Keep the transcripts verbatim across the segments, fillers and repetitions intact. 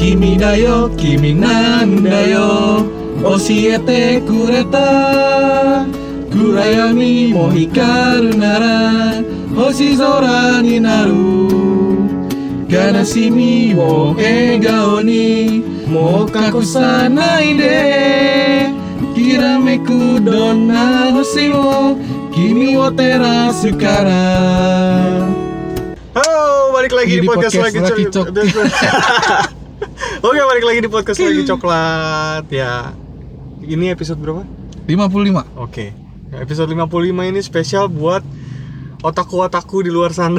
Kimi da yo, kimiなんだよ教えてくれた暗闇も光るなら星空になる悲しみを笑顔にもう隠さないできらめくどんな星も君を照らすから。 Halo, balik lagi di, di podcast, podcast lagi Lagi cok. Oke, balik lagi di podcast lagi coklat ya. Ini episode berapa? lima puluh lima. Oke. Episode lima puluh lima ini spesial buat otaku-otaku di luar sana.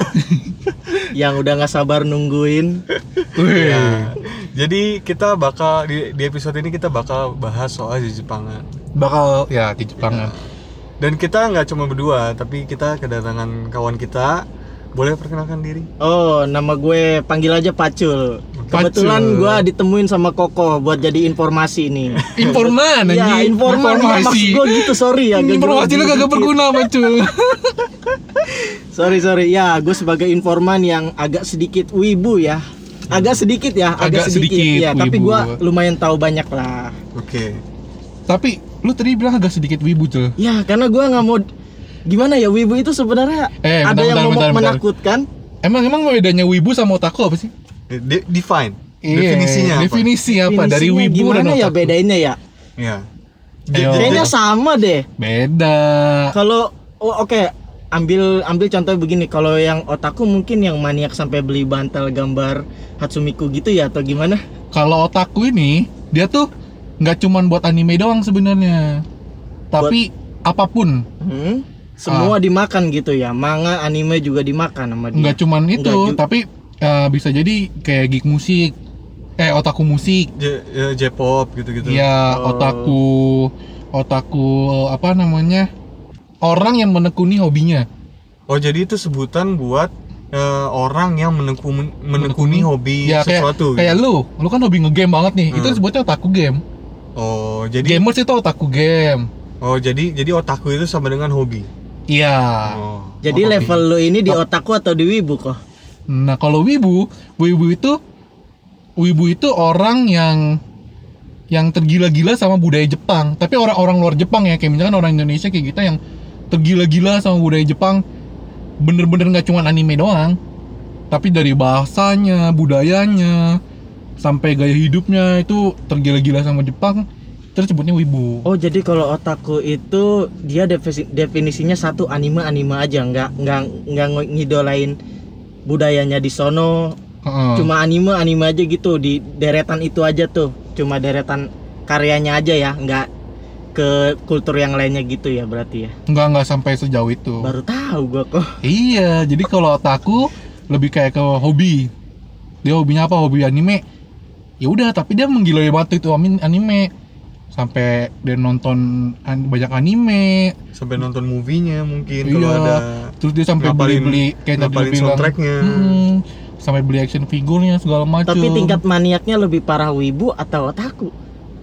Yang udah gak sabar nungguin. Ya. Jadi kita bakal di, di episode ini kita bakal bahas soal Jepangan. Bakal ya di Jepangan. Ya. Dan kita nggak cuma berdua, tapi kita kedatangan kawan kita. Boleh perkenalkan diri? Oh, nama gue panggil aja Pacul. Kebetulan Pacul. gue ditemuin sama Koko buat jadi informasi nih. Informan Ya, anjing. informan. Maksud gue gitu, sorry ya. Informasi lu kagak berguna, Pacul. Sorry, sorry. Ya, gue sebagai informan yang agak sedikit wibu ya. Agak sedikit ya, agak, Agak sedikit. sedikit Ya, tapi wibu. gue lumayan tahu banyak lah. Oke. Tapi lu tadi bilang agak sedikit wibu, Cul. Ya, karena gue nggak mau gimana ya, wibu itu sebenarnya Eh, ada bentar, yang bentar, mau bentar, bentar. menakutkan. Emang emang bedanya wibu sama otaku apa sih? De- define. Iya, Definisinya apa? Definisi apa dari Definisinya wibu dan gimana otaku? ya bedainnya ya? Ya. Ayo. Kayaknya sama deh. Beda. Kalau oh, oke, ambil ambil contoh begini, kalau yang otaku mungkin yang maniak sampai beli bantal gambar Hatsumiku gitu ya atau gimana? Kalau otaku ini dia tuh nggak cuman buat anime doang sebenarnya. Tapi apapun. Hmm? Semua Ah. dimakan gitu ya. Manga, anime juga dimakan sama dia. Nggak cuman itu, Nggak ju- tapi eh, bisa jadi kayak geek musik. Eh, otaku musik. J- ya, J-pop gitu-gitu. Iya, Oh. otaku otaku apa namanya? Orang yang menekuni hobinya. Oh, jadi itu sebutan buat eh, orang yang menekuni, menekuni hobi Ya, kayak, sesuatu. kayak lu, lu kan hobi ngegame banget nih. Itu Hmm. disebutnya otaku game. Oh, jadi Gamers itu otaku game. Oh, jadi jadi otaku itu sama dengan hobi. Iya. Oh. Jadi Oh, level lu ini di otaku atau di wibu kok? Nah, kalau wibu, wibu itu wibu itu orang yang yang tergila-gila sama budaya Jepang. Tapi orang-orang luar Jepang ya, kayak misalkan orang Indonesia kayak kita yang tergila-gila sama budaya Jepang. Bener-bener nggak cuma anime doang, tapi dari bahasanya, budayanya, sampai gaya hidupnya itu tergila-gila sama Jepang. Terus sebutnya wibu. Oh, jadi kalau otaku itu dia definisi- definisinya satu anime anime aja, nggak nggak nggak ngidolain budayanya di sono. Heeh. Cuma anime anime aja gitu, di deretan itu aja tuh, cuma deretan karyanya aja ya, nggak ke kultur yang lainnya gitu ya berarti ya. Nggak nggak sampai sejauh itu. Baru tahu gua kok. Iya, jadi kalau otaku lebih kayak ke hobi. Dia hobinya apa? Hobi anime. Ya udah, tapi dia menggilai banget itu amin anime. Sampai dia nonton an- banyak anime. Sampai nonton movie-nya mungkin kalau Iya. ada. Terus dia sampai Ngapalin- beli-beli kayak tadi lu ngapalin bilang. soundtrack-nya. Hmm, sampai beli action figurnya segala macam. Tapi tingkat maniaknya lebih parah wibu atau otaku?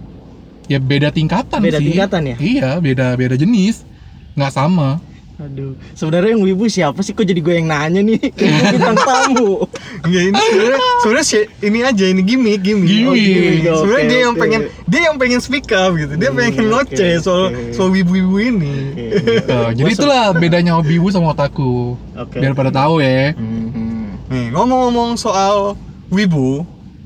Ya beda tingkatan Beda sih. tingkatan ya? Iya, beda beda jenis. Nggak sama. Aduh, sebenarnya yang wibu siapa sih? Kok jadi gue yang nanya nih? Ini bintang tamu. Enggak, ini sebenarnya sebenarnya sih- ini aja ini gimmick gimmick. Gimmick. Oh, gimmick. Oke, Sebenarnya dia yang oke. pengen dia yang pengen speak up gitu. Dia Hmm, pengen oke, ngoceh soal oke. soal wibu-wibu ini. Tuh, jadi itulah bedanya hobi wibu sama otaku. Oke. Biar pada tahu ya. Mhm. Nih, ngomong-ngomong soal wibu,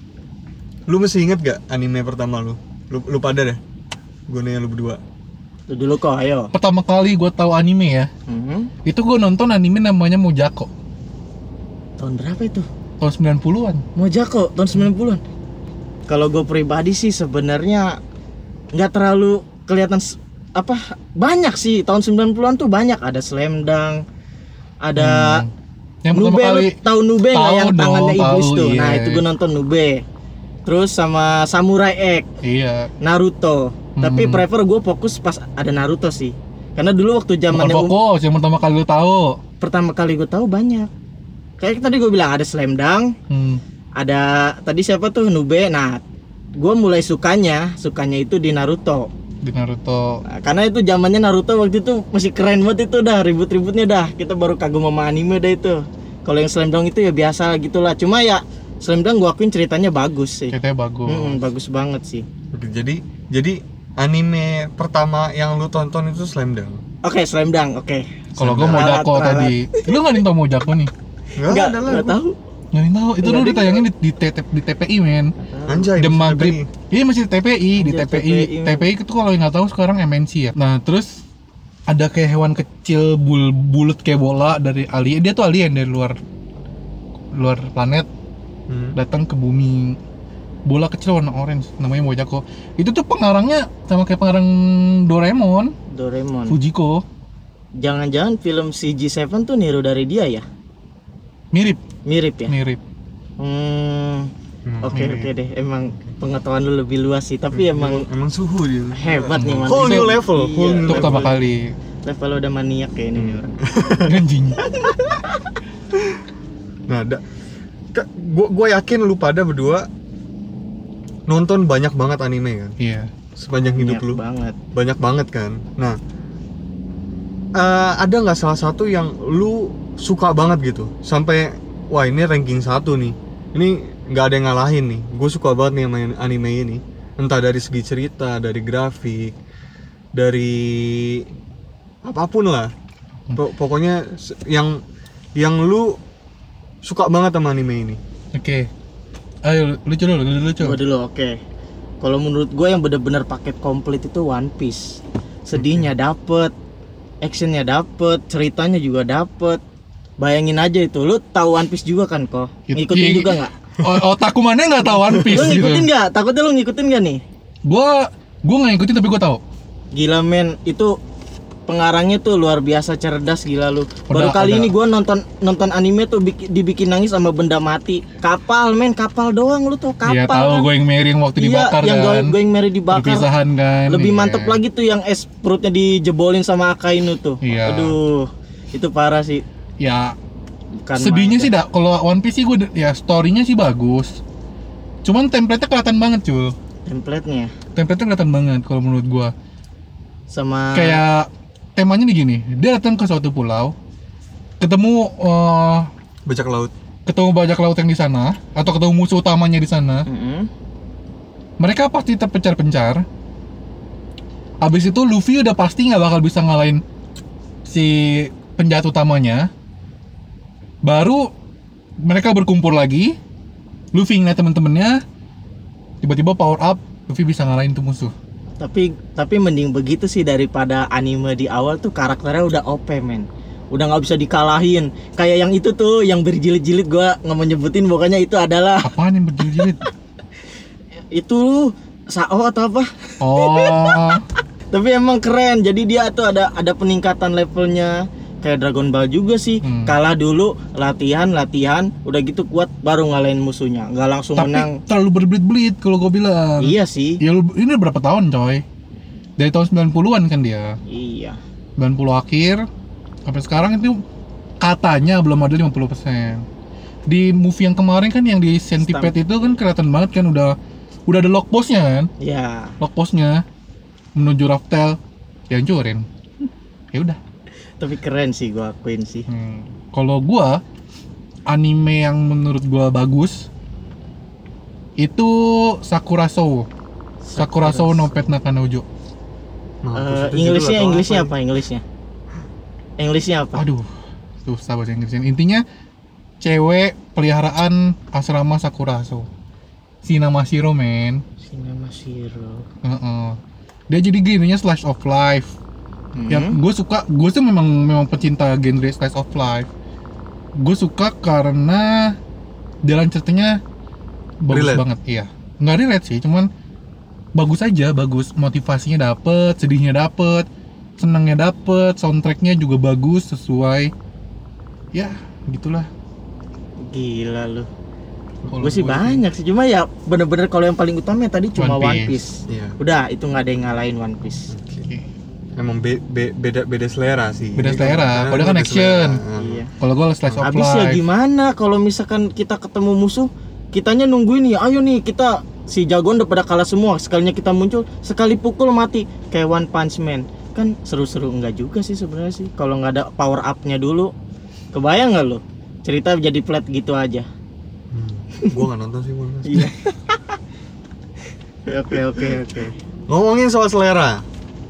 lu masih inget gak anime pertama lu? Lu, lu pada deh. Gue nanya lu berdua. Tuh dulu kok, ayo. Pertama kali gue tahu anime ya, Mhm. itu gue nonton anime namanya Mojako Tahun berapa itu? tahun sembilan puluhan. Mojako tahun sembilan puluhan. Kalau gue pribadi sih sebenarnya nggak terlalu kelihatan s- apa banyak sih tahun sembilan puluhan tuh banyak, ada Slam Dunk, ada Hmm. Yang pertama Nube, kali lu tahu Nube nggak Tahu yang dong, tangannya iblis tahu, tuh? iya. Nah itu gue nonton Nube. Terus sama Samurai X, iya. Naruto. Tapi Hmm. prefer gue fokus pas ada Naruto sih. Karena dulu waktu Bukan zamannya um- fokus, yang pertama kali lu tahu. pertama kali gue tahu banyak. Kayak tadi gue bilang ada Slam Dunk, Hmm. ada tadi siapa tuh Nube. Nah, gue mulai sukanya, sukanya itu di Naruto. Di Naruto. Nah, karena itu zamannya Naruto waktu itu masih keren banget itu dah, ribut-ributnya dah. Kita baru kagum sama anime dah itu. Kalau yang Slam Dunk itu ya biasa gitulah. Cuma ya Slam Dunk gua akuin ceritanya bagus sih. Ceritanya bagus. Mm-mm, bagus banget sih. Oke, jadi jadi anime pertama yang lu tonton itu Slam Dunk. Oke, Slam Dunk, oke. Kalau gua mau Ralat, Jako ralat. tadi. Lu enggak nih tau mau Jako nih? Enggak, ada lah. enggak tahu. Nggak tahu, itu Nggak dulu ada. ditayangin di, di, T- di T P I men. Anjay. The di Maghrib. T P I. Iya masih di T P I, di Iya, T P I. T P I. T P I itu kalau yang nggak tahu sekarang M N C ya. Nah terus ada kayak hewan kecil bul bulut kayak bola dari alien. Dia tuh alien dari luar luar planet Hmm. datang ke bumi. Bola kecil warna orange namanya Mojako. Itu tuh pengarangnya sama kayak pengarang Doraemon, Doraemon. Fujiko. Jangan-jangan film C G tujuh tuh niru dari dia ya? Mirip, Mirip ya? mirip. Hmm. Hmm. Oke Mirip. oke deh, emang pengetahuan lu lebih luas sih, tapi emang emang suhu dia. hebat nih Whole manusia. new level, Iya, whole new Untuk pertama level. kali. level udah maniak kayak ini nih orang. Anjing. Nah, da, ka- gua gua yakin lu pada berdua nonton banyak banget anime kan Iya. sepanjang hidup Maniak lu. banget. Banyak banget kan. Nah, eh, ada nggak salah satu yang lu suka banget gitu sampai wah ini ranking satu nih, ini nggak ada yang ngalahin nih, gue suka banget nih main anime ini, entah dari segi cerita, dari grafik, dari apapun lah. Pok- pokoknya se- yang yang lu suka banget sama anime ini. Oke. Ayo lucu dulu, lucu lucu. Gua dulu oke. Kalau menurut gue yang bener-bener paket komplit itu One Piece. Sedihnya dapet, actionnya dapet, ceritanya juga dapet. Bayangin aja itu, lu tahu One Piece juga kan kok? Ngikutin Iya, juga nggak? O- otakku mana nggak tahu One Piece Lu gitu. ngikutin nggak? Takutnya lu ngikutin nggak nih? Gua gua nggak ngikutin tapi gua tahu. Gila men, itu pengarangnya tuh luar biasa cerdas gila lu. Baru Udah, kali udah. ini gua nonton nonton anime tuh biki- dibikin nangis sama benda mati. Kapal men, kapal doang lu tuh kapal. Iya tahu kan? Going Merry yang waktu Iya, dibakar yang kan. going, going Merry dibakar. Perpisahan kan. Lebih iya. mantep lagi tuh yang es perutnya dijebolin sama Akainu tuh. Iya. Aduh, itu parah sih. Ya Bukan sedihnya manga. sih dak kalau One Piece sih gua de- ya story-nya sih bagus. Cuman template-nya kelihatan banget, Cul. Template-nya Template-nya kelihatan banget kalau menurut gua. sama Kayak temanya nih gini, dia datang ke suatu pulau, ketemu eh, Bajak laut. ketemu bajak laut yang di sana atau ketemu musuh utamanya di sana. Mm-mm. Mereka pasti terpencar-pencar. Abis itu Luffy udah pasti nggak bakal bisa ngalahin si penjahat utamanya. Baru mereka berkumpul lagi. Luffy ngeliat temen-temennya, tiba-tiba power up, Luffy bisa ngalahin tuh musuh. Tapi tapi mending begitu sih daripada anime di awal tuh karakternya udah O P men. Udah nggak bisa dikalahin. Kayak yang itu tuh yang berjilid-jilid, gua nggak mau nyebutin, pokoknya itu adalah Apaan yang berjilid-jilid? itu Sao atau apa. Oh, Tapi emang keren. Jadi dia tuh ada ada peningkatan levelnya. Kayak Dragon Ball juga sih. Hmm. Kalah dulu, latihan, latihan, udah gitu kuat baru ngalahin musuhnya. Nggak langsung tapi menang. terlalu berbelit-belit kalau gue bilang. Iya sih. Ya lu- ini udah berapa tahun coy? Dari tahun sembilan puluhan kan dia. Iya. sembilan puluh akhir sampai sekarang itu katanya belum ada lima puluh persen. Di movie yang kemarin kan yang di Centipede itu kan kelihatan banget kan udah udah ada lock postnya kan? Ya. Lock postnya menuju Raftel ya hancurin. Ya udah. Tapi keren sih, gua akuin sih. Hmm. Kalau gua anime yang menurut gua bagus itu Sakura Show. Sakura Show no Pet Nakanojo. Mampus, Eh, itu Inggrisnya judul atau Inggrisnya ya? apa? Inggrisnya? Inggrisnya apa? Aduh, susah bahasa Inggrisnya. Intinya cewek peliharaan asrama Sakura Show. Shinama Shiro men. Cinema Zero. Heeh. Dia jadi genrenya slice of life. Hmm. Ya gue suka, gue tuh memang memang pecinta genre slice of life. Gue suka karena jalan ceritanya bagus Relate. banget, iya. Nggak relate sih, cuman bagus aja, bagus. Motivasinya dapet, sedihnya dapet, senangnya dapet, soundtracknya juga bagus sesuai. Ya, gitulah. Gila lu. Kalau Gue sih gue banyak sih, cuma ya bener-bener kalau yang paling utama tadi cuma One One Piece. Piece. Iya. Udah, itu nggak ada yang ngalahin One Piece. Oke. Emang be- be- beda beda selera sih. Beda Ini selera, karena kalau dia kan beda action. selera. Iya. Kalau gue slice of Habis ya life. gimana kalau misalkan kita ketemu musuh, kitanya nungguin nih, ayo nih kita si jagoan udah pada kalah semua, sekalinya kita muncul, sekali pukul mati kayak One Punch Man. Kan seru-seru enggak juga sih sebenarnya sih kalau nggak ada power up-nya dulu. Kebayang nggak lo? Cerita jadi flat gitu aja. Hmm. Gua nggak nonton sih One Piece. Iya. Oke oke oke. Ngomongin soal selera.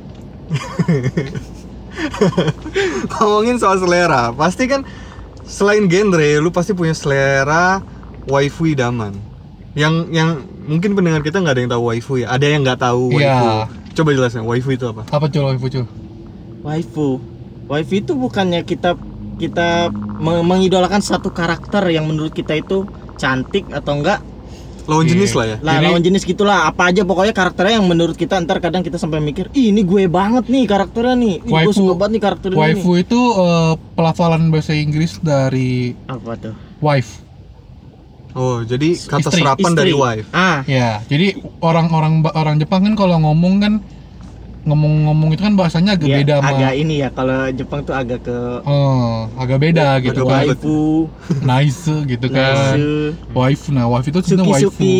Ngomongin soal selera, pasti kan selain genre, lu pasti punya selera waifu idaman. Yang yang mungkin pendengar kita nggak ada yang tahu waifu ya. Ada yang nggak tahu waifu. Iya. Coba jelasin waifu itu apa? Apa cul waifu cul? Waifu. Waifu itu bukannya kita kita meng- mengidolakan satu karakter yang menurut kita itu cantik atau enggak? Lawan Iya. jenis lah ya. Lah Jadi- lawan jenis gitulah, apa aja pokoknya karakternya yang menurut kita ntar kadang kita sampai mikir, ih ini gue banget nih karakternya nih. Ih, gue Waifu- suka banget nih karakter ini. Waifu itu eh, pelafalan bahasa Inggris dari Apa tuh? wife. Oh, jadi kata Istri, serapan Istri. dari wife. Ah, Ya, jadi orang-orang orang Jepang kan kalau ngomong kan ngomong-ngomong itu kan bahasanya agak dia beda sama agak ini ya, kalau Jepang tuh agak ke oh, agak beda gitu kan. waifu, Nice gitu kan. nice, Waifu. Nah, waifu itu sebenarnya waifu. suki-suki.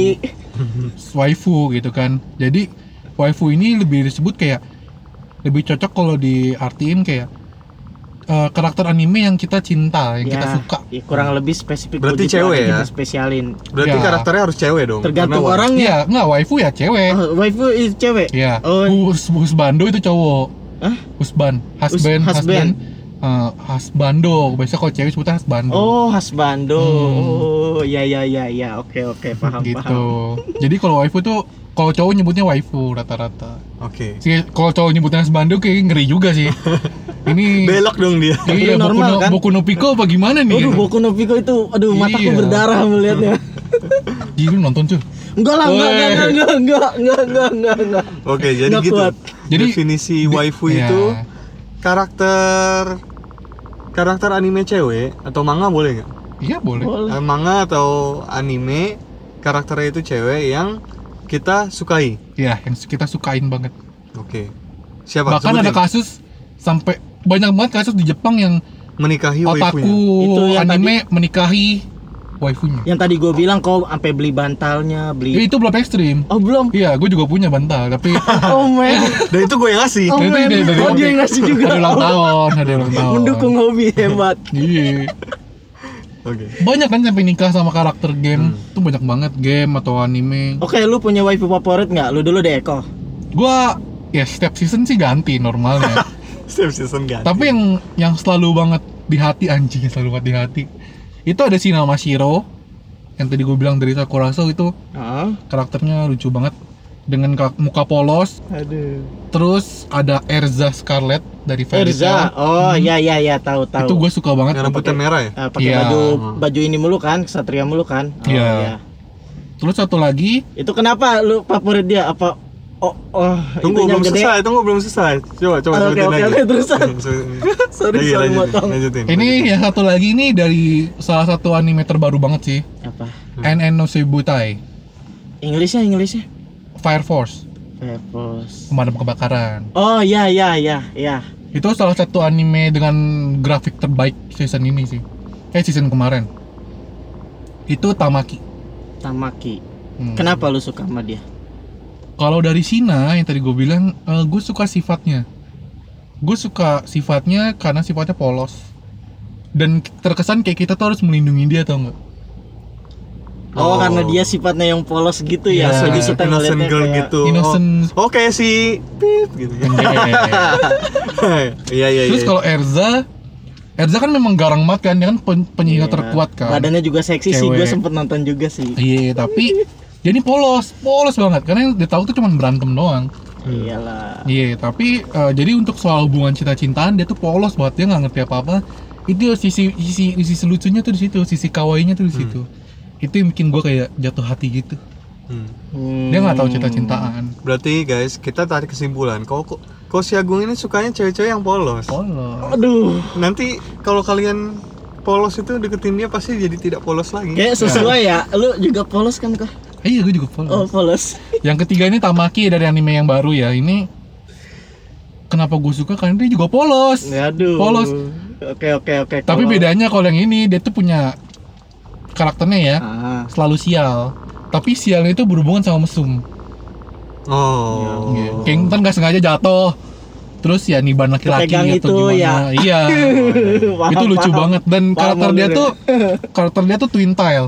Waifu gitu kan. Jadi waifu ini lebih disebut kayak lebih cocok kalau diartiin kayak eh, karakter anime yang kita cinta, yang kita Ya, suka. ya, kurang lebih spesifik. Berarti begitu cewek aja ya? Kita spesialin. Berarti Ya. karakternya harus cewek dong. Tergantung karena wife. orangnya. Iya, enggak waifu ya cewek. Oh, waifu itu cewek. Iya. Oh. Hus, husbando itu cowok. Hah? Husband, husband, husband. husband. Eh, husbando. Biasanya kalau cewek sebutnya husbando. Oh, husbando. Hmm. Oh, ya ya ya ya. Oke oke, paham gitu. paham. Jadi kalau waifu tuh kalau cowok nyebutnya waifu rata-rata. Oke. Si kalau cowok nyebutnya husbando kayak ngeri juga sih. Ini Belok dong dia. Iya, Udah Boku normal, no, kan? Boku no Pico apa gimana nih? Aduh, Boku no Pico itu, aduh mataku Iya. berdarah melihatnya. Ih, lu nonton cuy. Enggak lah, enggak, enggak, Weh. enggak, enggak, enggak, enggak, enggak, enggak, enggak. Oke, jadi Nggak gitu. kuat. Jadi- Definisi di- waifu iya. itu karakter karakter anime cewek atau manga boleh nggak? Iya boleh. Boleh. Eh, Manga atau anime karakternya itu cewek yang kita sukai. Iya, yang kita sukain banget. Oke. Siapa? Bahkan ada Sebutin. kasus sampai banyak banget kasus di Jepang yang Menikahi otaku waifunya. Itu yang anime menikahi waifunya. Yang tadi gue bilang kau sampai beli bantalnya, Ya, beli. itu belum ekstrim. Oh, belum. Iya, gue juga punya bantal, tapi Oh, man. Dan itu gue yang ngasih. Oh, Itu man. dari- dari- Oh, dia yang ngasih juga. ada ulang tahun, ada ulang tahun. Mendukung hobi hebat. Iya. Oke. Banyak kan sampai nikah sama karakter game. Hmm. Itu banyak banget game atau anime. Oke, lu punya waifu favorit nggak? Lu dulu deh, Eko. Gua ya setiap season sih ganti normalnya. Setiap season ganti. Tapi yang yang selalu banget di hati anjing, yang selalu banget di hati. Itu ada si nama Shiro yang tadi gue bilang dari Sakurazo itu Heeh. karakternya lucu banget dengan ka- muka polos. Aduh. Terus ada Erza Scarlet dari Fairy Erza. Tail. Oh, ya ya ya, tahu tahu. Itu gue suka banget. yang rambutnya merah ya? Eh, pakai Iya. baju baju ini mulu kan, kesatria mulu kan? Oh, Iya. iya. Terus satu lagi Itu kenapa lu favorit dia? Apa oh oh Tunggu itunya belum gede? selesai, tunggu belum selesai. Coba coba Oke, sebutin oke, lagi. oke, terusan. Sorry, Lagi, sorry, lanjutin, motong. lanjutin. ini yang satu lagi ini dari salah satu anime terbaru banget sih. Apa? N N no Sebutai Inggrisnya Inggrisnya? Fire Force, Purpose. pemadam kebakaran. Oh, ya ya ya ya. Itu salah satu anime dengan grafik terbaik season ini sih. Eh season kemarin. Itu Tamaki. Tamaki. Hmm. Kenapa lu suka sama dia? Kalau dari Shina yang tadi gue bilang, gue suka sifatnya. Gue suka sifatnya karena sifatnya polos. Dan terkesan kayak kita tuh harus melindungi dia, tau nggak? Oh, Oh. karena dia sifatnya yang polos gitu ya. Iya, Jadi Innocent kita ngeliatnya girl kayak gitu. Innocent. Oh, oke si Pip gitu kan. Iya iya iya. Terus kalau Erza, Erza kan memang garang banget kan, dia kan pen- penyihir Iya. terkuat kan. Badannya juga seksi sih, Cewek. gue sempet nonton juga sih. Iya, tapi dia ini polos, polos banget. Karena yang dia tahu tuh cuma berantem doang. Iyalah. Iya, tapi eh, jadi untuk soal hubungan cinta-cintaan dia tuh polos banget, dia nggak ngerti apa-apa. Itu sisi sisi sisi lucunya tuh di situ, sisi kawainya tuh di situ. Itu yang bikin gue kayak jatuh hati gitu. Hmm. Hmm. Dia nggak tahu cinta-cintaan. Berarti guys, kita tarik kesimpulan. Kau kok kau si Agung ini sukanya cewek-cewek yang polos. Polos. Aduh, Nanti kalau kalian polos itu deketin dia pasti jadi tidak polos lagi. kayak sesuai ya. Lu juga polos kan kok? Eh, iya, gue juga polos. Oh, polos. Yang ketiga ini Tamaki dari anime yang baru ya. Ini kenapa gue suka karena dia juga polos. Aduh. Polos. Oke, oke, oke. Tapi Kalau- bedanya kalau yang ini dia tuh punya karakternya ya Ah. selalu sial. Tapi sialnya itu berhubungan sama mesum. Oh. Iya. Kayak ntar nggak sengaja jatuh. Terus ya niban laki-laki Kepegang atau itu, gimana. ya. Iya. Paham, Itu lucu paham. banget dan Paham karakter dia banget tuh karakter dia tuh twin tail.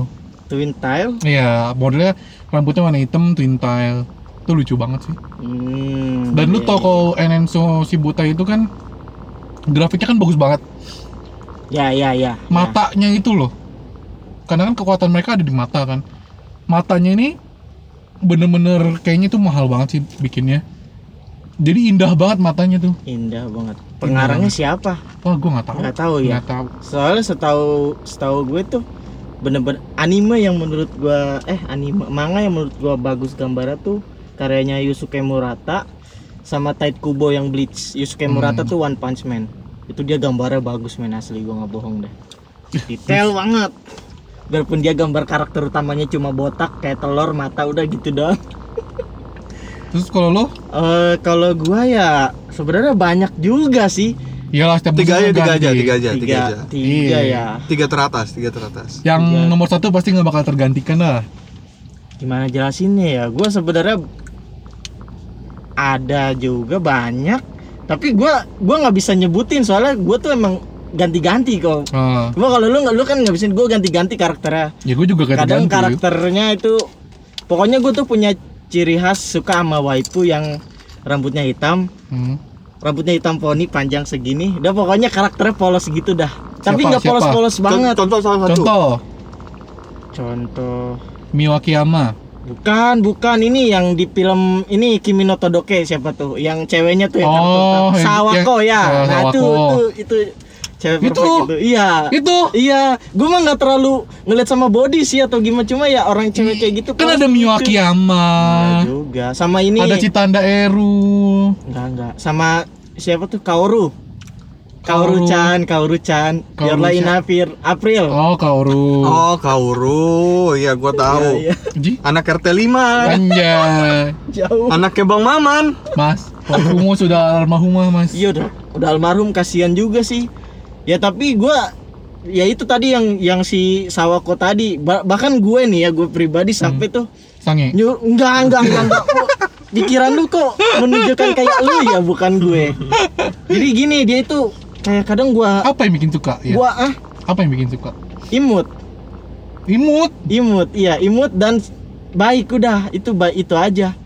Twin tail. Iya, modelnya rambutnya warna hitam, twin tail. Itu lucu banget sih. Hmm, Dan lu iya, tau kalau Enenso Shibuta itu kan grafiknya kan bagus banget. Ya ya ya. Matanya itu loh. Karena kan kekuatan mereka ada di mata kan. Matanya ini bener-bener kayaknya itu mahal banget sih bikinnya. Jadi indah banget matanya tuh. Ya, indah banget. Pengarangnya siapa? Wah, gua nggak tahu. Nggak tahu ya. Nggak tahu. Soalnya setahu setahu gue tuh bener-bener anime yang menurut gua eh anime manga yang menurut gua bagus gambarnya tuh karyanya Yusuke Murata sama Tite Kubo yang Bleach. Yusuke Murata Hmm. tuh One Punch Man. Itu dia gambarnya bagus men, asli gua nggak bohong deh. Detail banget. Biarpun dia gambar karakter utamanya cuma botak kayak telur mata udah gitu doang. Terus kalau lo? Eh kalau gua ya sebenarnya banyak juga sih. Iyalah setiap Tiga aja, musim tiga ganti. aja, tiga aja, tiga Tiga, aja. tiga Iya. ya. Tiga teratas, tiga teratas. Yang Tiga. nomor satu pasti nggak bakal tergantikan lah. Gimana jelasinnya ya? Gua sebenarnya ada juga banyak, tapi gua gua nggak bisa nyebutin soalnya gua tuh emang ganti-ganti kok. Ah, Gua kalau lu nggak lu kan nggak bisa gua ganti-ganti karakternya. ya gue juga ganti Kadang ganti. karakternya itu pokoknya gua tuh punya ciri khas suka sama waifu yang rambutnya hitam, Hmm. rambutnya hitam poni panjang segini. Udah pokoknya karakternya polos gitu dah. Tapi Siapa? nggak Siapa? polos-polos banget. Contoh salah satu. Contoh, Contoh Miwakiyama. bukan bukan ini yang di film ini Kimi no Todoke siapa tuh? Yang ceweknya tuh yang Oh, karakter utama. yang- Sawako yang- ya. oh, Nah, itu Sawako. itu itu cewek Itu? perfect itu. Iya. Itu Iya, gue mah nggak terlalu ngeliat sama body sih atau gimana, cuma ya orang cewek kayak gitu kan pasti ada gitu. Miwakiyama. Nggak juga sama ini Ada Citanda Eru. enggak enggak sama siapa tuh Kaoru Kaoru. Kaoru-chan Kaoru-chan Kaoru biarlah siapa? Inafir April. Oh, Kaoru. Oh, Kaoru. Iya, gua tahu. Iya, Ji, Anak R T lima. anjay. iya. Jauh. Anaknya Bang Maman. Mas, Wakumo sudah almarhumah, Mas. Iya udah udah almarhum, kasihan juga sih. Ya tapi gua ya itu tadi yang yang si Sawako tadi Ba- bahkan gue nih ya gue pribadi sampai tuh Sange. nyur enggak enggak enggak, enggak. Kok pikiran lu kok menunjukkan kayak lu ya, bukan gue. Jadi gini, dia itu kayak kadang gua Apa yang bikin suka? Ya. gua ah Apa yang bikin suka? imut Imut. imut iya imut dan baik, udah itu baik itu aja.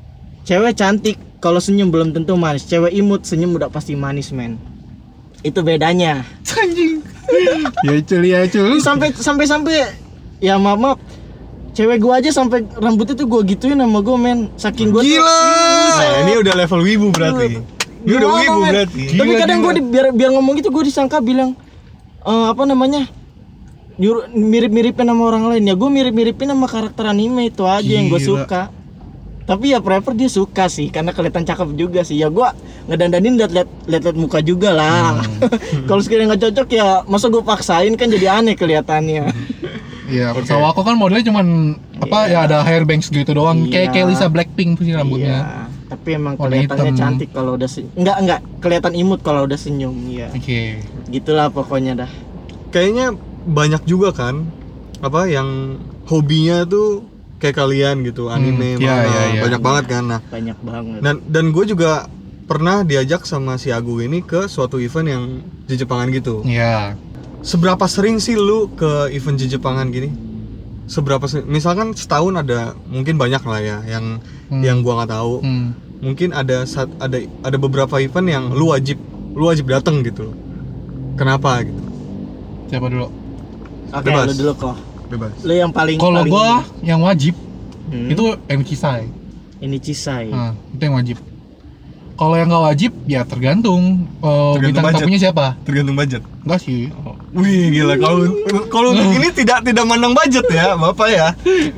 Cewek cantik kalau senyum belum tentu manis, cewek imut senyum udah pasti manis men. Itu bedanya. Anjing. Ya cul ya cul. sampai sampai sampai ya maaf, maaf cewek gua aja sampai rambutnya tuh gua gituin sama gua men, saking gua tuh- Gila. Nah, ini udah level wibu berarti. Ini udah Gimana, wibu men? berarti. Tapi Gila, kadang gila. gue biar biar ngomong gitu gue disangka bilang eh, apa namanya nyuruh mirip-miripin sama orang lain. Ya gue mirip-miripin sama karakter anime itu aja yang gue Gila. suka. Tapi ya prefer dia suka sih karena kelihatan cakep juga sih. Ya gue ngedandanin liat-liat liat-liat muka juga lah. Hmm. Kalau sekiranya nggak cocok ya masa gue paksain, kan jadi aneh kelihatannya. Iya, Oke. Sawako kan modelnya cuman apa Iya. ya ada hair bangs gitu doang. Kayak Iya. kayak Lisa Blackpink sih rambutnya. Iya, tapi emang Warna kelihatannya hitam. cantik kalau udah senyum. Enggak enggak kelihatan imut kalau udah senyum. Iya. Oke. Gitulah pokoknya dah. Kayaknya banyak juga kan apa yang hobinya tuh kayak kalian gitu, anime, Hmm, iya, manga, iya, iya. banyak banget kan. Nah, Banyak banget. dan dan gue juga pernah diajak sama si Agu ini ke suatu event yang di Jepangan gitu. Iya. Seberapa sering sih lu ke event di Jepangan gini? Seberapa sering? Misalkan setahun ada mungkin banyak lah ya yang Hmm. yang gua nggak tahu. Hmm. Mungkin ada sat- ada ada beberapa event yang lu wajib lu wajib datang gitu. Kenapa gitu? Siapa dulu? Oke, Bebas. lu dulu kok. Bebas. Lu yang paling Kalau paling- gua yang wajib Hmm, itu M Kisai. ini Cisai. Nah, itu yang wajib. Kalau yang nggak wajib ya tergantung, eh, Tergantung bintang budget. tamunya siapa. Tergantung budget. Enggak sih. Wih gila, kalau kalau untuk ini tidak tidak mandang budget ya Bapak ya.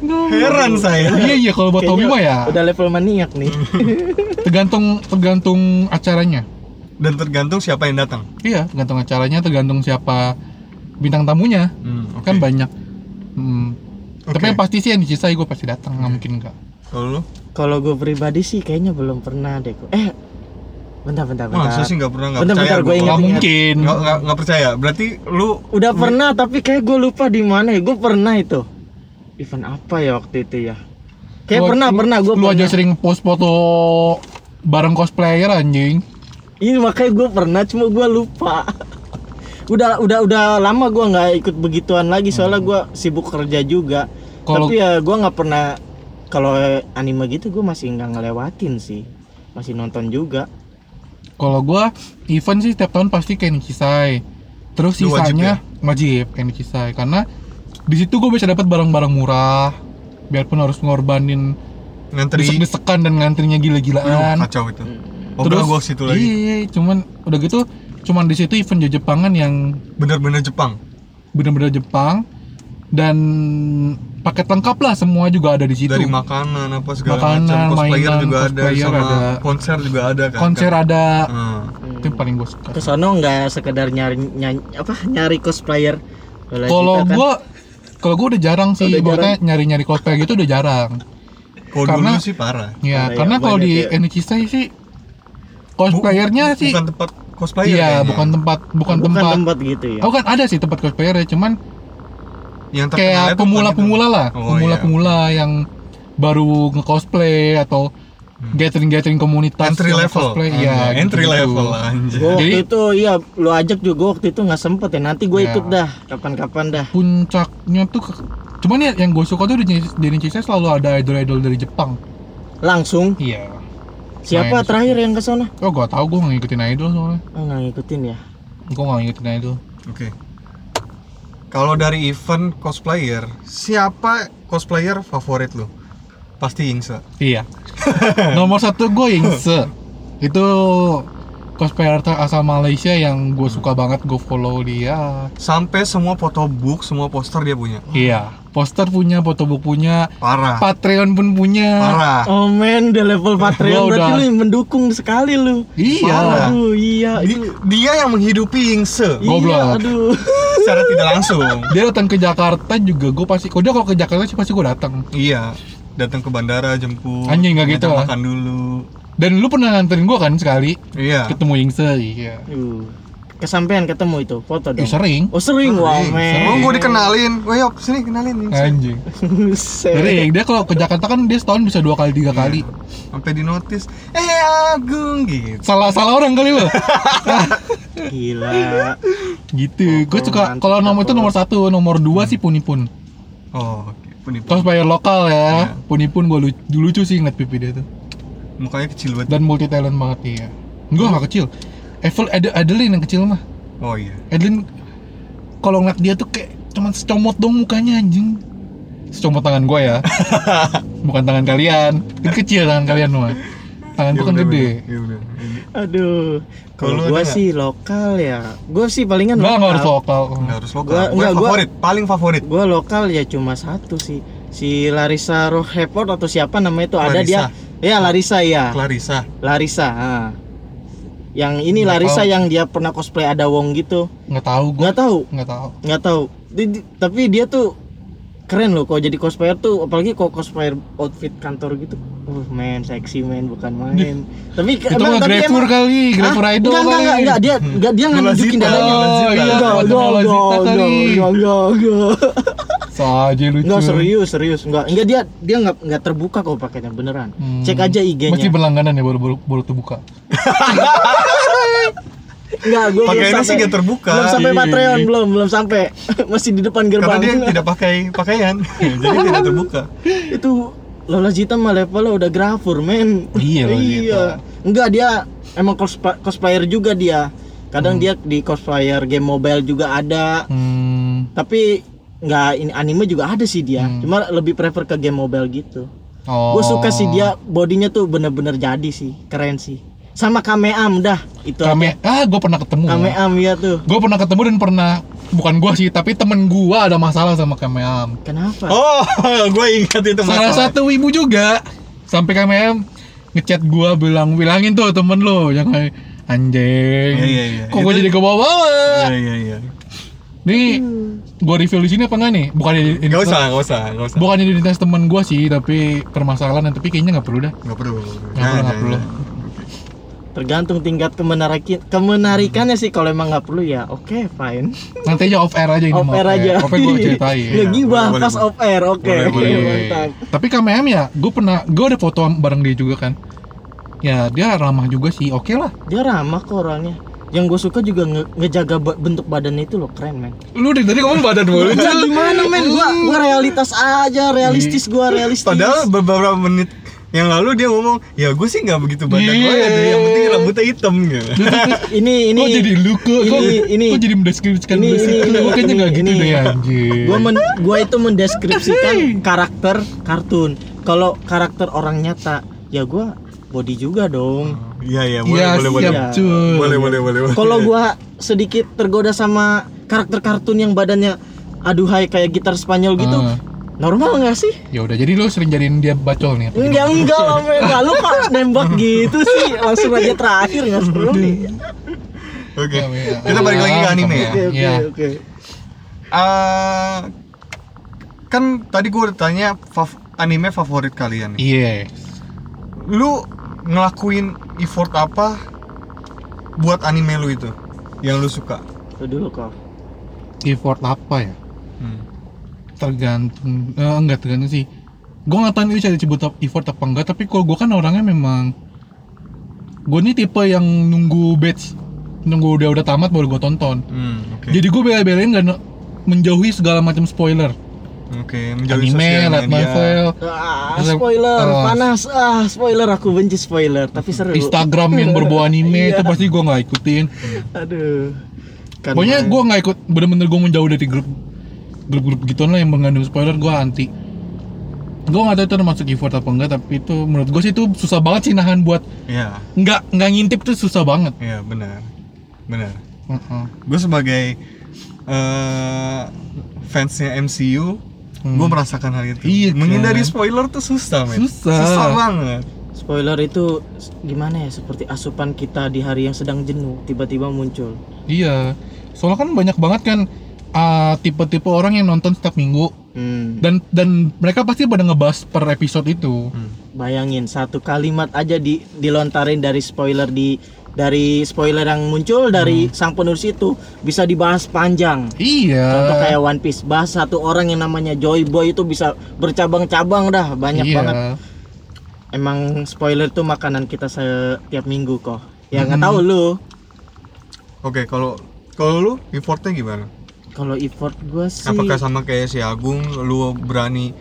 Heran saya. Iya iya kalau buat hobi Kayaknya mah ya udah level maniak nih. tergantung tergantung acaranya. Dan tergantung siapa yang datang. Iya, tergantung acaranya, tergantung siapa bintang tamunya. Hmm, oke. Kan banyak. Hmm. Oke. Tapi yang pasti sih yang dicisai gue pasti datang, nggak mungkin enggak. Kalau lu? Kalau gue pribadi sih kayaknya belum pernah deh. Gua. Eh, bentar bentar bentar. Masa sih nggak pernah nggak Bentar, percaya? bentar, gua gua. ingat. Nggak mungkin. Nggak nggak nggak percaya. Berarti lu Udah pernah tapi kayak gue lupa di mana ya. Gue pernah itu. Event apa ya waktu itu ya? Kayak Lu- pernah lu- pernah gue Lu pernah. aja sering post foto bareng cosplayer anjing. Ini makanya gue pernah, cuma gue lupa. Udah udah udah lama gua nggak ikut begituan lagi soalnya gua sibuk kerja juga. Kalau- Tapi ya gua nggak pernah kalau anime gitu gua masih nggak ngelewatin sih. Masih nonton juga. Kalau gua event sih setiap tahun pasti kayak Nikisai. Terus Lu wajib sisanya wajib kayak Nikisai karena di situ gua bisa dapat barang-barang murah. Biarpun harus ngorbanin Ngantri. desek-desekan dan ngantrinya Aduh, gila-gilaan. kacau itu. Oh, Terus gua situ lagi. Iya, cuman udah gitu cuman di situ event Jepangan yang Bener-bener Jepang. bener-bener Jepang dan paket lengkap lah, semua juga ada di situ. Dari makanan apa segala Makanan, macam, cosplayer mainan, juga ada, cosplayer sama ada. konser juga ada kan. Konser ada. Hmm. Itu yang paling gue suka. Ke sono nggak sekedar nyari nyari apa nyari cosplayer. Kalau kita kan- gua kalau gua udah jarang sih, Udah maksudnya nyari-nyari cosplay gitu udah jarang. Kalau Karena- dulu sih parah. Ya, Ada karena ya, kalau banyak di ya. Enichisa sih cosplayernya Bu- sih bukan tempat cosplayer iya, kayaknya. bukan tempat bukan, bukan tempat. tempat gitu ya. Oh kan ada sih tempat cosplayernya, cuman Yang terkenal kayak itu bukan pemula-pemula itu. lah, Oh, pemula-pemula yang baru nge-cosplay atau gathering-gathering komunitas Entry yang level. cosplay, Anjay, ya entry gitu-gitu. level anjir. Gua waktu Jadi- itu iya lu ajak juga waktu itu nggak sempet ya. Nanti gue Ya. ikut dah kapan-kapan dah. Puncaknya tuh ke- cuman ya yang gue suka tuh di di Enichisa selalu ada idol-idol dari Jepang. Langsung. Iya. Siapa Main. terakhir yang ke sana? Oh gak tau, gue gak ngikutin idol soalnya. Oh, nggak ngikutin ya. Gue gak ngikutin idol. Oke. Kalau dari event cosplayer, siapa cosplayer favorit lu? Pasti Ingse. Iya. Nomor satu gue Yingse. Itu cosplayer asal Malaysia yang gue suka banget, gue follow dia. Sampai semua photobook, semua poster dia punya. Iya. Poster punya, photobook punya, Parah. Patreon pun punya. Parah. Oh men, udah level Patreon Gua berarti udah- lu mendukung sekali lu. Iya. Aduh, iya. Di- itu- dia yang menghidupi Ingse Goblok. Iya, aduh. secara tidak langsung. Dia datang ke Jakarta juga, gue pasti. Kalau dia kalau ke Jakarta sih pasti gue datang. Iya. Datang ke bandara jemput. Anjing, nggak gitu ngajak lah. makan dulu. Dan lu pernah nganterin gue kan sekali Iya. ketemu Yingse, iya. Uh, Kesampean ketemu itu foto dong. Ih, sering. Oh sering, wah Sering. men. Oh, gue dikenalin. Wah, yop, sini kenalin Ingse. Anjing. Buset. Sering. Dia kalau ke Jakarta kan dia setahun bisa dua kali, tiga kali. Sampai di notis. Eh, Agung gitu. Salah salah orang kali lo. Gila. Gitu. Gue Oh, suka mantap, kalau nomor itu mantap. nomor satu, nomor dua sih Punipun. Oh, oke. Puni- Cosplayer lokal ya. Iya. Punipun gue lucu, lucu sih ngeliat pipi dia tuh. Mukanya kecil banget. Dan multi talent banget dia. Enggak nggak kecil. Evel Ad- Adeline yang kecil mah. Oh iya. Adeline kalau ngeliat dia tuh kayak cuman secomot dong mukanya anjing. Secomot tangan gue ya. Bukan tangan kalian. Itu kecil tangan kalian mah. Tangan gue Ya kan udah, gede. udah. Ya udah. Aduh. Kalau Kalau lu gua ada sih lokal ya. Gua sih palingan Enggak lokal. nggak harus lokal. Nggak harus lokal. Gua- Gua, enggak, gua- favorit, paling favorit. Gua lokal ya cuma satu sih. Si Larissa Roheport atau siapa namanya itu ada dia. Ya Larissa ya. Clarissa. Larissa. ah. Yang ini Nggak Larissa tahu. yang dia pernah cosplay ada Wong gitu. Nggak tahu gue. Nggak tahu. Nggak tahu. Nggak tahu. Di- di- tapi dia tuh keren loh kalau jadi cosplayer tuh, apalagi kalau cosplayer outfit kantor gitu. Uh, men, seksi men, bukan main. Tapi Itu mah Grefur kali, Grefur Hah? idol Enggak, enggak, kali. enggak, enggak, dia enggak dia nggak Nula nunjukin Zita. dadanya. Oh, iya, enggak, bukan enggak, Nula enggak, Zita enggak, kali. enggak, enggak, enggak. So aja lucu. Enggak, serius, serius. Enggak, enggak dia dia enggak enggak terbuka kok paketnya beneran. Hmm. Cek aja I G-nya. Masih berlangganan ya baru baru baru terbuka. Enggak, gua belum Pakaiannya sampai- sih nggak terbuka. Belum sampai Iya. Patreon, belum, belum sampai. Masih di depan Karena gerbang. dia tidak pakai pakaian. Jadi tidak terbuka. Itu Lola Zita mah levelnya udah grafur, men. Iya, Lola Zita. Iya. Enggak, dia emang cospa- cosplayer juga dia. Kadang dia di cosplayer game mobile juga ada. Hmm. Tapi nggak ini anime juga ada sih dia. Hmm. Cuma lebih prefer ke game mobile gitu. Oh. Gue suka sih dia bodinya tuh bener-bener jadi sih, keren sih. Sama Kameam dah itu. Kame, ah gue pernah ketemu. Kameam ya tuh. Gue pernah ketemu dan pernah, bukan gue sih, tapi temen gue ada masalah sama Kameam. Kenapa? Oh, gue ingat itu Salah masalah. satu ibu juga. Sampai Kameam ngechat gue bilang, bilangin tuh temen lo jangan anjing. Iya, iya, iya. Kok gue Itu- jadi ke bawah-bawah? Iya, iya, iya. Nih, gue review di sini apa enggak nih? Bukan di, di Gak usah, gak usah, gak usah. Bukan identitas temen gue sih, tapi permasalahan, tapi kayaknya nggak perlu dah. Gak perlu. Nggak perlu, nggak perlu. Tergantung tingkat kemenarikan kemenarikannya sih. Kalau emang nggak perlu ya oke fine. Nanti aja off air aja ini. Off mau air aja. Off air gue ceritain. Nggak gibah boleh, pas boleh. off air. Oke. Boleh, boleh. Mantap. Tapi Kameam ya, gue pernah, gue ada foto bareng dia juga kan. Ya dia ramah juga sih, oke lah. Dia ramah kok orangnya. Yang gue suka juga nge- ngejaga ba- bentuk badannya itu loh, keren men. Lu dari tadi ngomong badan mulu. Ya gimana men, gua gua realitas aja, realistis gua realistis. Padahal beberapa menit yang lalu dia ngomong, ya gue sih nggak begitu badan gue Iya. ada, yang penting rambutnya hitam gitu. ini ini Kok jadi lu kok? ini Kok- ini Kok jadi mendeskripsikan ini, lu sih? ini, Lu kayaknya ini, nggak gitu ini. deh anjir. gua men, gua itu mendeskripsikan karakter kartun. Kalau karakter orang nyata, ya gua body juga dong. Iya iya boleh Iya, boleh boleh. siap, boleh. cuy. Boleh boleh boleh. boleh. Kalau gua sedikit tergoda sama karakter kartun yang badannya aduhai kayak gitar Spanyol gitu, Ah. normal nggak sih? Ya udah, jadi lu sering jadiin dia bacol nih. apa Enggak enggak lah men, Lah, lu kok nembak gitu sih, langsung aja terakhir nggak seru nih. Oke. Ya, ya. Kita balik lagi ke anime ya. Oke oke Iya. oke. Eh, kan tadi gue udah tanya fav- anime favorit kalian nih. Iya. Lu ngelakuin effort apa buat anime lu itu yang lu suka? Lu dulu kok. Effort apa ya? Hmm. Tergantung, eh, enggak tergantung sih. Gue nggak tahu ini bisa disebut effort apa enggak, tapi kalau gue kan orangnya memang, gue nih tipe yang nunggu batch, nunggu udah udah tamat baru gue tonton. Hmm, oke. Jadi gue bela-belain nggak no- menjauhi segala macam spoiler. Oke, menjauhi Anime, sosial light media. novel, Ah, Terus, spoiler, uh, panas. Ah, spoiler, aku benci spoiler, tapi seru. Instagram yang berbau anime itu Iya. pasti gue nggak ikutin. Aduh. Kan Pokoknya main. gue nggak ikut, bener-bener gue menjauh dari grup grup-grup gituan lah yang mengandung spoiler, gue anti. Gue nggak tahu itu termasuk effort apa enggak, tapi itu menurut gue sih itu susah banget sih nahan buat Iya, nggak nggak ngintip tuh susah banget. iya benar. Benar. Heeh. Gue sebagai eh, fansnya M C U, Hmm. gue merasakan hal itu. Iya, kan? Menghindari spoiler tuh susah, men. Susah. Susah banget. Spoiler itu s- gimana ya? Seperti asupan kita di hari yang sedang jenuh, tiba-tiba muncul. Iya, soalnya kan banyak banget kan uh, tipe-tipe orang yang nonton setiap minggu, Hmm. dan dan mereka pasti pada ngebahas per episode itu. Hmm. Bayangin satu kalimat aja di dilontarin dari spoiler di dari spoiler yang muncul dari sang penulis itu bisa dibahas panjang. Iya. Contoh kayak One Piece, bahas satu orang yang namanya Joy Boy itu bisa bercabang-cabang dah, banyak iya. banget. Emang spoiler tuh makanan kita setiap minggu kok. Ya nggak Hmm. tahu lu. Oke, kalau kalau lu effortnya gimana? Kalau effort gua sih Apakah sama kayak si Agung, lu berani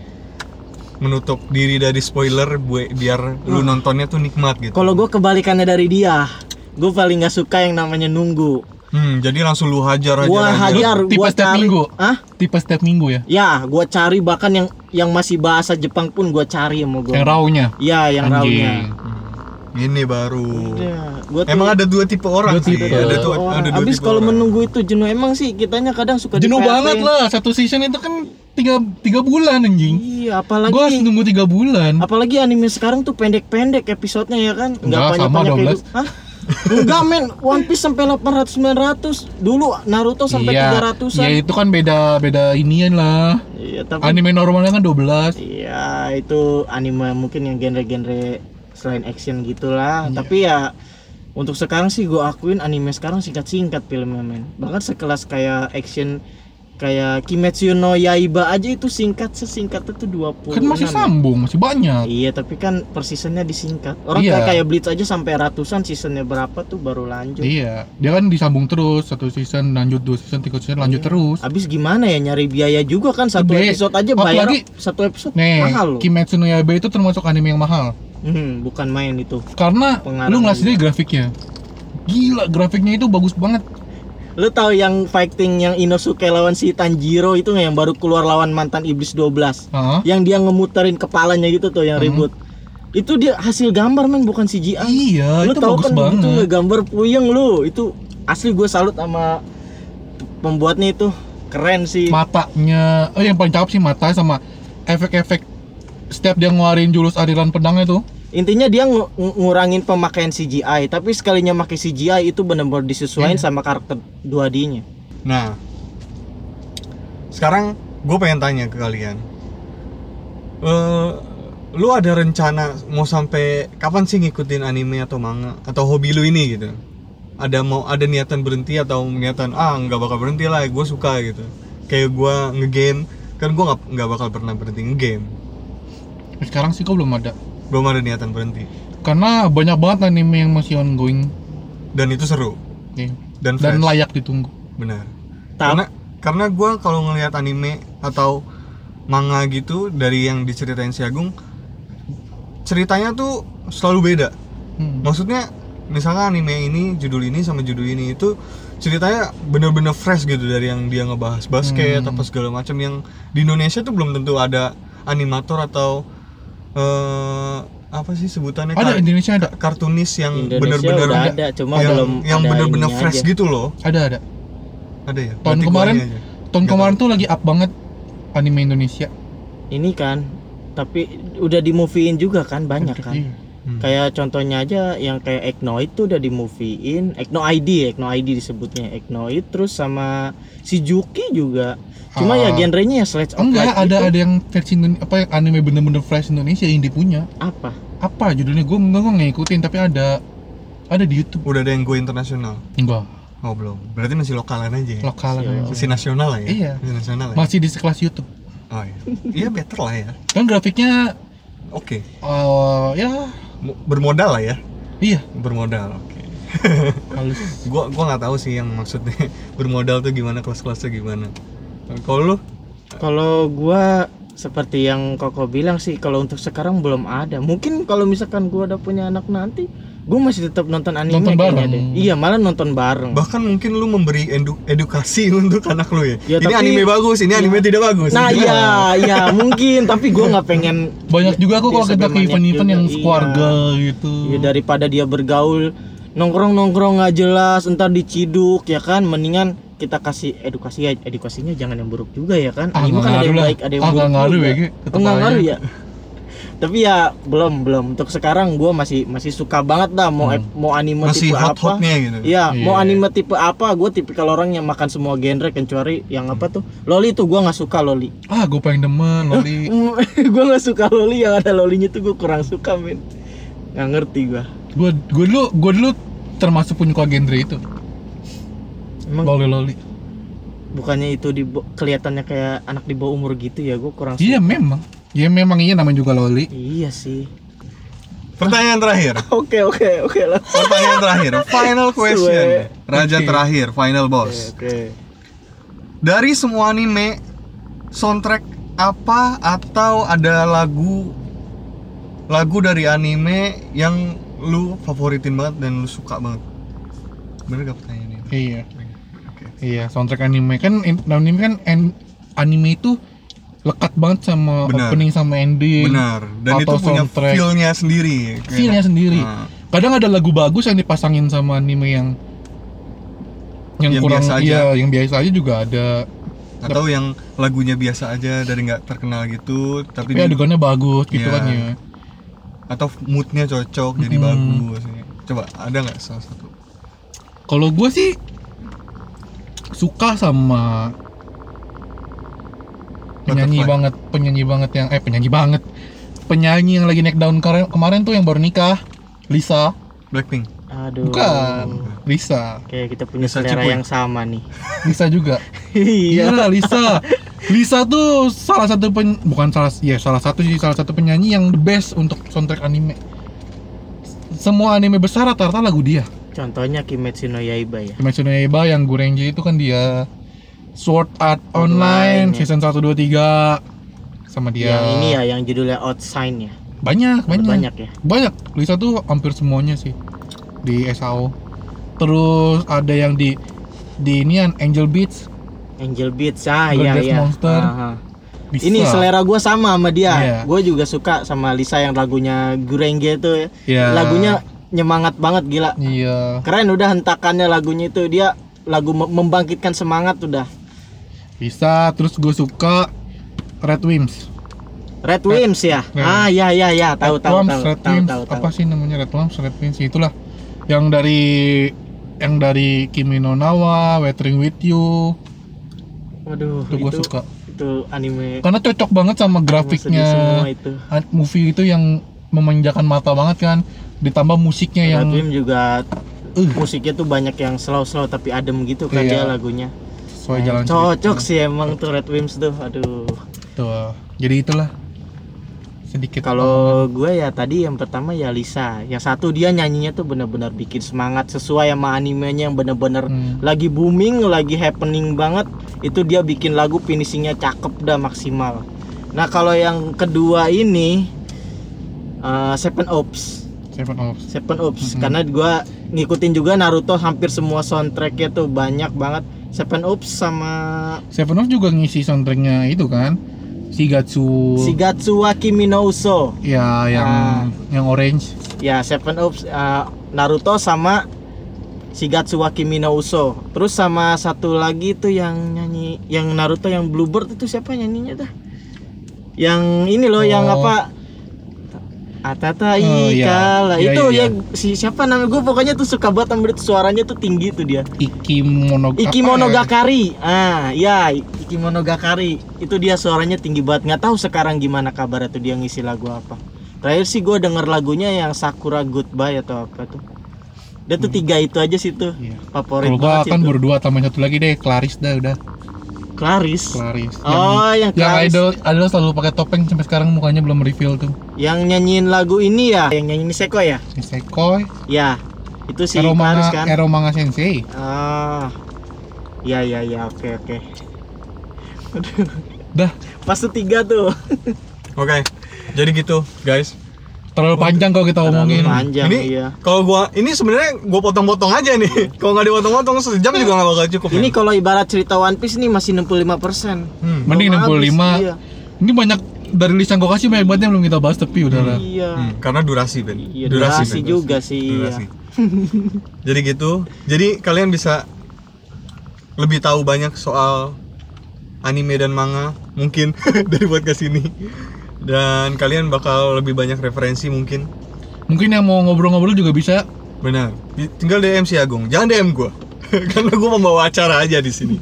menutup diri dari spoiler bu- biar lu nontonnya tuh nikmat gitu? kalau gua kebalikannya dari dia. Gue paling nggak suka yang namanya nunggu. Hmm, jadi langsung lu hajar aja. Gua aja. hajar, Tipe gua setiap cari. minggu? Hah? Tipe setiap minggu ya. Ya, gua cari bahkan yang yang masih bahasa Jepang pun gua cari sama gua. Yang raw-nya. Ya, yang Anjing. rawnya. Hmm, ini baru. Ya, gua tuh Emang ada dua tipe orang Dua sih. tipe. Ada tuh orang. ada dua Abis tipe kalau orang. menunggu itu jenuh emang sih kitanya kadang suka Jenuh di P H P. banget lah, satu season itu kan tiga, tiga bulan anjing. Iya, apalagi Gue harus nunggu tiga bulan. apalagi anime sekarang tuh pendek-pendek episodenya ya kan? Enggak, sama banyak-banyak dua belas. kayak gitu. Hah? Enggak men, One Piece sampai delapan ratus sembilan ratus. Dulu Naruto sampai Iya. tiga ratusan. Ya itu kan beda beda inian lah. Iya, tapi Anime normalnya kan dua belas. iya, itu anime mungkin yang genre-genre selain action gitulah. Iya. Tapi ya untuk sekarang sih gue akuin anime sekarang singkat-singkat filmnya men. Bahkan sekelas kayak action kayak Kimetsu no Yaiba aja itu singkat, sesingkat itu dua puluh. Kan masih sambung, masih banyak. Iya, tapi kan per seasonnya disingkat. Orang Iya. kayak kayak Bleach aja sampai ratusan, seasonnya berapa tuh baru lanjut. Iya, dia kan disambung terus, satu season lanjut, dua season, tiga season lanjut Iya. terus. Abis gimana ya nyari biaya juga kan satu Gede. episode aja bayar Apalagi- satu episode Nih, mahal loh. Kimetsu no Yaiba itu termasuk anime yang mahal. Hmm, bukan main itu. Karena Pengarang lu ngeliat juga. sendiri grafiknya. Gila, grafiknya itu bagus banget. Lu tahu yang fighting yang Inosuke lawan si Tanjiro itu nggak yang baru keluar lawan mantan iblis dua belas? Hah? Yang dia ngemuterin kepalanya gitu tuh yang Hmm. ribut. Itu dia hasil gambar men, bukan C G I. Iya, Lu itu tahu bagus kan banget. itu ngegambar puyeng lu. Itu asli gue salut sama pembuatnya itu. Keren sih. Matanya, oh yang paling cakep sih mata sama efek-efek setiap dia ngeluarin jurus aliran pedangnya tuh. Intinya dia ngu- ngu- ngurangin pemakaian C G I, tapi sekalinya pakai C G I itu benar-benar disesuaikan Iya. sama karakter dua D-nya. Nah, sekarang gue pengen tanya ke kalian, Eh, lu ada rencana mau sampai kapan sih ngikutin anime atau manga atau hobi lu ini gitu? Ada mau ada niatan berhenti atau niatan ah nggak bakal berhenti lah, gue suka gitu. Kayak gue ngegame, kan gue nggak nggak bakal pernah berhenti ngegame. Sekarang sih kok belum ada. Belum ada niatan berhenti. Karena banyak banget anime yang masih ongoing. Dan itu seru. Iya. dan Dan fresh. layak ditunggu. Benar. Tap- Karena karena gue kalau ngelihat anime atau manga gitu dari yang diceritain si Agung, ceritanya tuh selalu beda. Hmm. Maksudnya misalnya anime ini judul ini sama judul ini itu ceritanya bener-bener fresh gitu dari yang dia ngebahas basket Hmm. apa segala macam yang di Indonesia tuh belum tentu ada animator atau eh, apa sih sebutannya Ada Kar- Indonesia ada. kartunis yang Indonesia bener-bener udah ada, cuma yang, belum yang ada bener-bener ininya fresh aja. gitu loh. Ada ada. Ada ya. Tahun Berarti gua kemarin ini aja. tahun Nggak kemarin tahu. tuh lagi up banget anime Indonesia. Ini kan, tapi udah di movie-in juga kan banyak kan. Iya. Hmm. Kayak contohnya aja yang kayak Eknoid tuh udah di movie-in, Ekno I D, Ekno I D disebutnya Eknoid, terus sama si Juki juga. Cuma Ah. ya genrenya ya slice of Enggak, life ada gitu. ada yang versi Indone- apa yang anime bener-bener fresh Indonesia yang dia punya. Apa? Apa judulnya? Gue enggak gue ngikutin tapi ada ada di YouTube. Udah ada yang go internasional. Enggak, Oh belum. Berarti masih lokalan aja ya. lokalan Iya. aja. Masih nasional lah ya. Iya. Masih nasional ya. Masih di sekelas YouTube. Oh iya. Iya better lah ya. Kan grafiknya Oke. eh ya Mo- Bermodal lah ya. iya, Bermodal. Oke. halus. Gua gua nggak tahu sih yang maksudnya bermodal tuh gimana, kelas-kelasnya gimana. Kalau lu Kalau gua seperti yang Koko bilang sih, kalau untuk sekarang belum ada. Mungkin kalau misalkan gua udah punya anak nanti, gua masih tetap nonton anime Nonton kayaknya bareng. deh. Iya, malah nonton bareng. bahkan mungkin lu memberi edu- edukasi untuk anak lu ya. Ya, ini tapi- anime bagus, ini Ya. anime tidak bagus. Nah Gitu. iya, iya mungkin. Tapi gue nggak pengen. Banyak juga kok dia kalau kita sampai ke event-event maniak yang juga, keluarga gitu. iya. Ya, daripada dia bergaul nongkrong nongkrong nggak jelas, entar diciduk ya kan. Mendingan kita kasih edukasi ya. Edukasinya jangan yang buruk juga ya kan. Ah, Anime nggak kan ada yang ngaruh lah. baik, ada yang Ah, buruk nggak ngaruh juga. ya, Ge. Oh, Tetep nggak aja. ngaruh ya. Tapi ya belum belum. Untuk sekarang gue masih masih suka banget dah mau Hmm. mau anime Masih tipe apa. hot-hotnya gitu. Iya, mau Iya. anime tipe apa, gue tipikal orang yang makan semua genre kecuali yang apa tuh loli tuh gue nggak suka loli. Ah, gue pengen demen loli. Gue nggak suka loli, yang ada lolinya tuh gue kurang suka men. Nggak ngerti gue. Gue gue dulu gue dulu termasuk penyuka genre itu. Emang Loli loli. bukannya itu di kelihatannya kayak anak di bawah umur gitu ya, gue kurang suka. Iya memang. Ya memang iya namanya juga loli. Iya sih. Pertanyaan terakhir. Oke oke oke lah. Pertanyaan terakhir. Final question. Suwe. Raja Oke. terakhir, final Oke, boss. Oke. Dari semua anime, soundtrack apa atau ada lagu lagu dari anime yang lu favoritin banget dan lu suka banget? Bener gak pertanyaannya? Iya. Oke. Iya, soundtrack anime kan in- anime kan en- anime itu lekat banget sama Benar. opening sama ending. Benar. Dan Atau itu punya soundtrack. feel-nya sendiri. Feel-nya sendiri. Nah, Kadang ada lagu bagus yang dipasangin sama anime yang yang, Yang kurang biasa aja. iya, yang biasa aja juga ada. atau yang lagunya biasa aja dari nggak terkenal gitu, tapi Tapi di- adegannya bagus gitu Iya. kan ya. atau moodnya cocok jadi Mm-mm. bagus. Coba ada nggak salah satu? Kalau gue sih suka sama penyanyi Butterfly. banget, penyanyi banget yang eh penyanyi banget. Penyanyi yang lagi naik daun kemarin, kemarin tuh yang baru nikah, Lisa. Blackpink. Aduh. Bukan, Lisa. Kayak kita punya Lisa selera Cipuy. yang sama nih. Lisa juga. Iya. Iya, Lisa. Lisa tuh salah satu pen, bukan salah ya salah satu sih salah satu penyanyi yang the best untuk soundtrack anime. Semua anime besar rata-rata lagu dia. Contohnya Kimetsu no Yaiba ya. Kimetsu no Yaiba yang Gurenji itu kan dia. Sword Art Online, Online, ya. season satu dua tiga sama dia. Yang ini ya, yang judulnya Outshine ya. Banyak, banyak. Banyak ya. Banyak. Lisa tuh hampir semuanya sih di S A O. Terus ada yang di di ini kan Angel Beats. Angel Beats, ah God iya Bless iya. Monster. Aha. Bisa. Ini selera gue sama sama dia. Iya. Gue juga suka sama Lisa yang lagunya Gurenge itu ya. Iya. Lagunya nyemangat banget gila. Iya. Keren udah hentakannya lagunya itu, dia lagu mem- membangkitkan semangat udah. Bisa. Terus gue suka Red Wimps. Red Wimps ya. Red- Ah iya iya iya, tahu Red tahu Wimps, tahu. Red Tahu Wimps. tahu tahu. Apa sih namanya Red Wimps, Red Wimps? Itulah. Yang dari yang dari Kimi no Nawa, Weathering with You. Waduh, Itu gue itu suka. itu anime Karena cocok banget sama sedih grafiknya. semua itu. An- Movie itu yang memanjakan mata banget kan. Ditambah musiknya yang Red Wimps juga uh, musiknya tuh banyak yang slow-slow tapi adem gitu kan Iya. dia lagunya. sesuai jalan Cocok cerita. sih emang tuh Red Wimps tuh. Aduh. Tuh. Jadi itulah sedikit. Kalau gue ya tadi yang pertama ya Lisa. Yang satu dia nyanyinya tuh bener-bener bikin semangat sesuai sama animenya yang bener-bener Hmm. lagi booming, lagi happening banget. Itu dia bikin lagu finishingnya cakep dah maksimal. Nah kalau yang kedua ini uh, Seven Ops. Seven Ops. Seven Ops Mhm. karena gue ngikutin juga Naruto hampir semua soundtracknya tuh banyak banget. Seven Ops sama Seven Ops juga ngisi soundtracknya itu kan, Shigatsu. Shigatsu wa Kimi no Uso. Ya, yang Ah. yang orange. Ya Seven Ops uh, Naruto sama Shigatsu wa Kimi no Uso. Terus sama satu lagi tuh yang nyanyi yang Naruto yang Bluebird itu siapa nyanyinya dah? Yang ini loh yang Oh. apa? Atata Oh, iya. Ikala. Iya, Itu iya, yang si siapa namanya gue pokoknya tuh suka banget sama dia tuh, suaranya tuh tinggi tuh dia. Iki Monog Iki apa ya? Monogakari. Ah, ya Iki Monogakari. Itu dia suaranya tinggi banget. Nggak tahu sekarang gimana kabarnya tuh dia ngisi lagu apa. Terakhir sih gue denger lagunya yang Sakura Goodbye atau apa tuh. Dia tuh tiga itu aja sih tuh. Iya. Favorit Kalau gua banget sih kan tuh. berdua tambah satu lagi deh, Claris dah udah. Claris. Claris. Oh, yang yang Claris. idol idol selalu pakai topeng sampai sekarang mukanya belum reveal tuh. Yang nyanyiin lagu ini ya, yang nyanyiin Seko ya? Nisekoi, Ya. Itu si Ero Claris Manga, kan. Ero Manga Sensei. Ah. Ya ya ya, oke oke. Aduh. Dah, Pas tuh tiga tuh. Oke. Jadi gitu, guys. terlalu panjang kalau kita omongin. Panjang ini iya. kalau gua ini sebenarnya gua potong-potong aja nih. Kalau nggak dipotong-potong sejam juga nggak bakal cukup. Ini ya. kalau ibarat cerita One Piece nih masih enam puluh lima persen. Hmm. Mending enam puluh lima. Iya. Ini banyak dari list yang gue kasih banyak banget yang belum kita bahas tapi udahlah. Iya. Hmm, karena durasi, Ben. Iya, durasi Ben. juga sih, Durasi. Jadi gitu. Jadi kalian bisa lebih tahu banyak soal anime dan manga mungkin dari podcast ini. Dan kalian bakal lebih banyak referensi mungkin. Mungkin yang mau ngobrol-ngobrol juga bisa. Benar. Di- Tinggal D M si Agung. Jangan D M gua. Karena gua membawa acara aja di sini.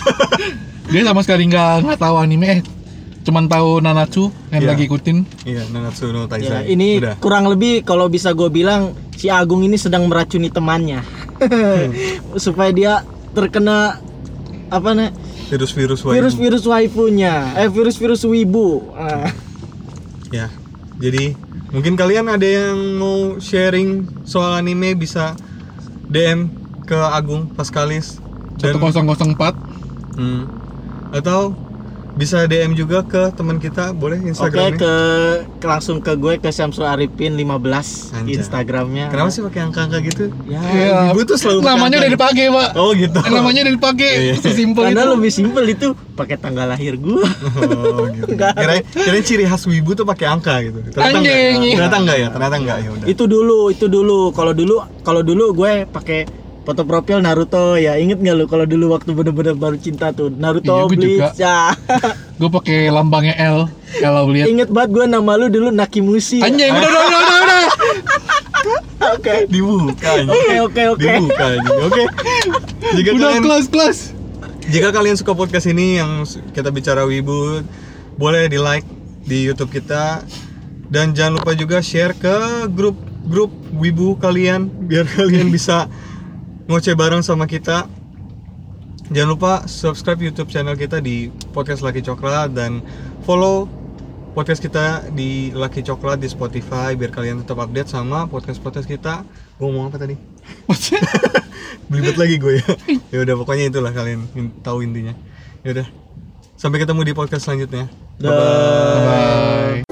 Dia sama sekali nggak nggak tahu anime, eh, cuman tahu Nanatsu yang Iya. lagi ikutin. Iya, Nanatsu no Ya, Taizai. ini Udah. kurang lebih kalau bisa gue bilang si Agung ini sedang meracuni temannya supaya dia terkena apa nih Virus-virus waifu. virus-virus waifunya, eh virus-virus wibu. Ah. Ya. Jadi mungkin kalian ada yang mau sharing soal anime bisa D M ke Agung Paskalis dan satu nol nol empat. hmm, atau bisa D M juga ke teman kita, boleh Oke, Instagramnya. ke, ke langsung ke gue ke Syamsul Arifin lima belas Anjay. Instagramnya. Kenapa sih pakai angka-angka gitu? Ya, Iya. Ibu tuh selalu pakai Namanya angka. udah dipakai, Pak. Oh gitu. Namanya udah dipakai. Iya. Sesimpel karena itu. lebih simpel itu pakai tanggal lahir gue. Oh gitu. Enggak. Kirain, kirain ciri khas wibu tuh pakai angka gitu. Ternyata enggak. Anjing, iya. Ternyata enggak ya, ternyata enggak ya udah. Itu dulu, itu dulu. Kalau dulu, kalau dulu gue pakai foto profil Naruto ya. Inget nggak lu kalau dulu waktu bener-bener baru cinta tuh Naruto Iya, gue juga. Bleach ya. Gue pakai lambangnya L. Kalau lihat. Inget banget gue nama lu dulu Nakimushi. Anjing, udah udah udah udah. udah. Oke. Dibuka aja. Oke, oke, oke. Dibuka aja. Oke. Jika Udah kalian kelas kelas. Jika kalian suka podcast ini yang kita bicara wibu, boleh di like di YouTube kita dan jangan lupa juga share ke grup-grup wibu kalian biar kalian bisa ngoceh bareng sama kita. Jangan lupa subscribe YouTube channel kita di Podcast Lucky Coklat dan follow podcast kita di Lucky Coklat di Spotify biar kalian tetap update sama podcast-podcast kita. Gue ngomong apa tadi? Belibet lagi gue ya. Ya udah pokoknya itulah kalian in- tahu intinya. Ya udah. Sampai ketemu di podcast selanjutnya. Dah. Bye bye. Bye.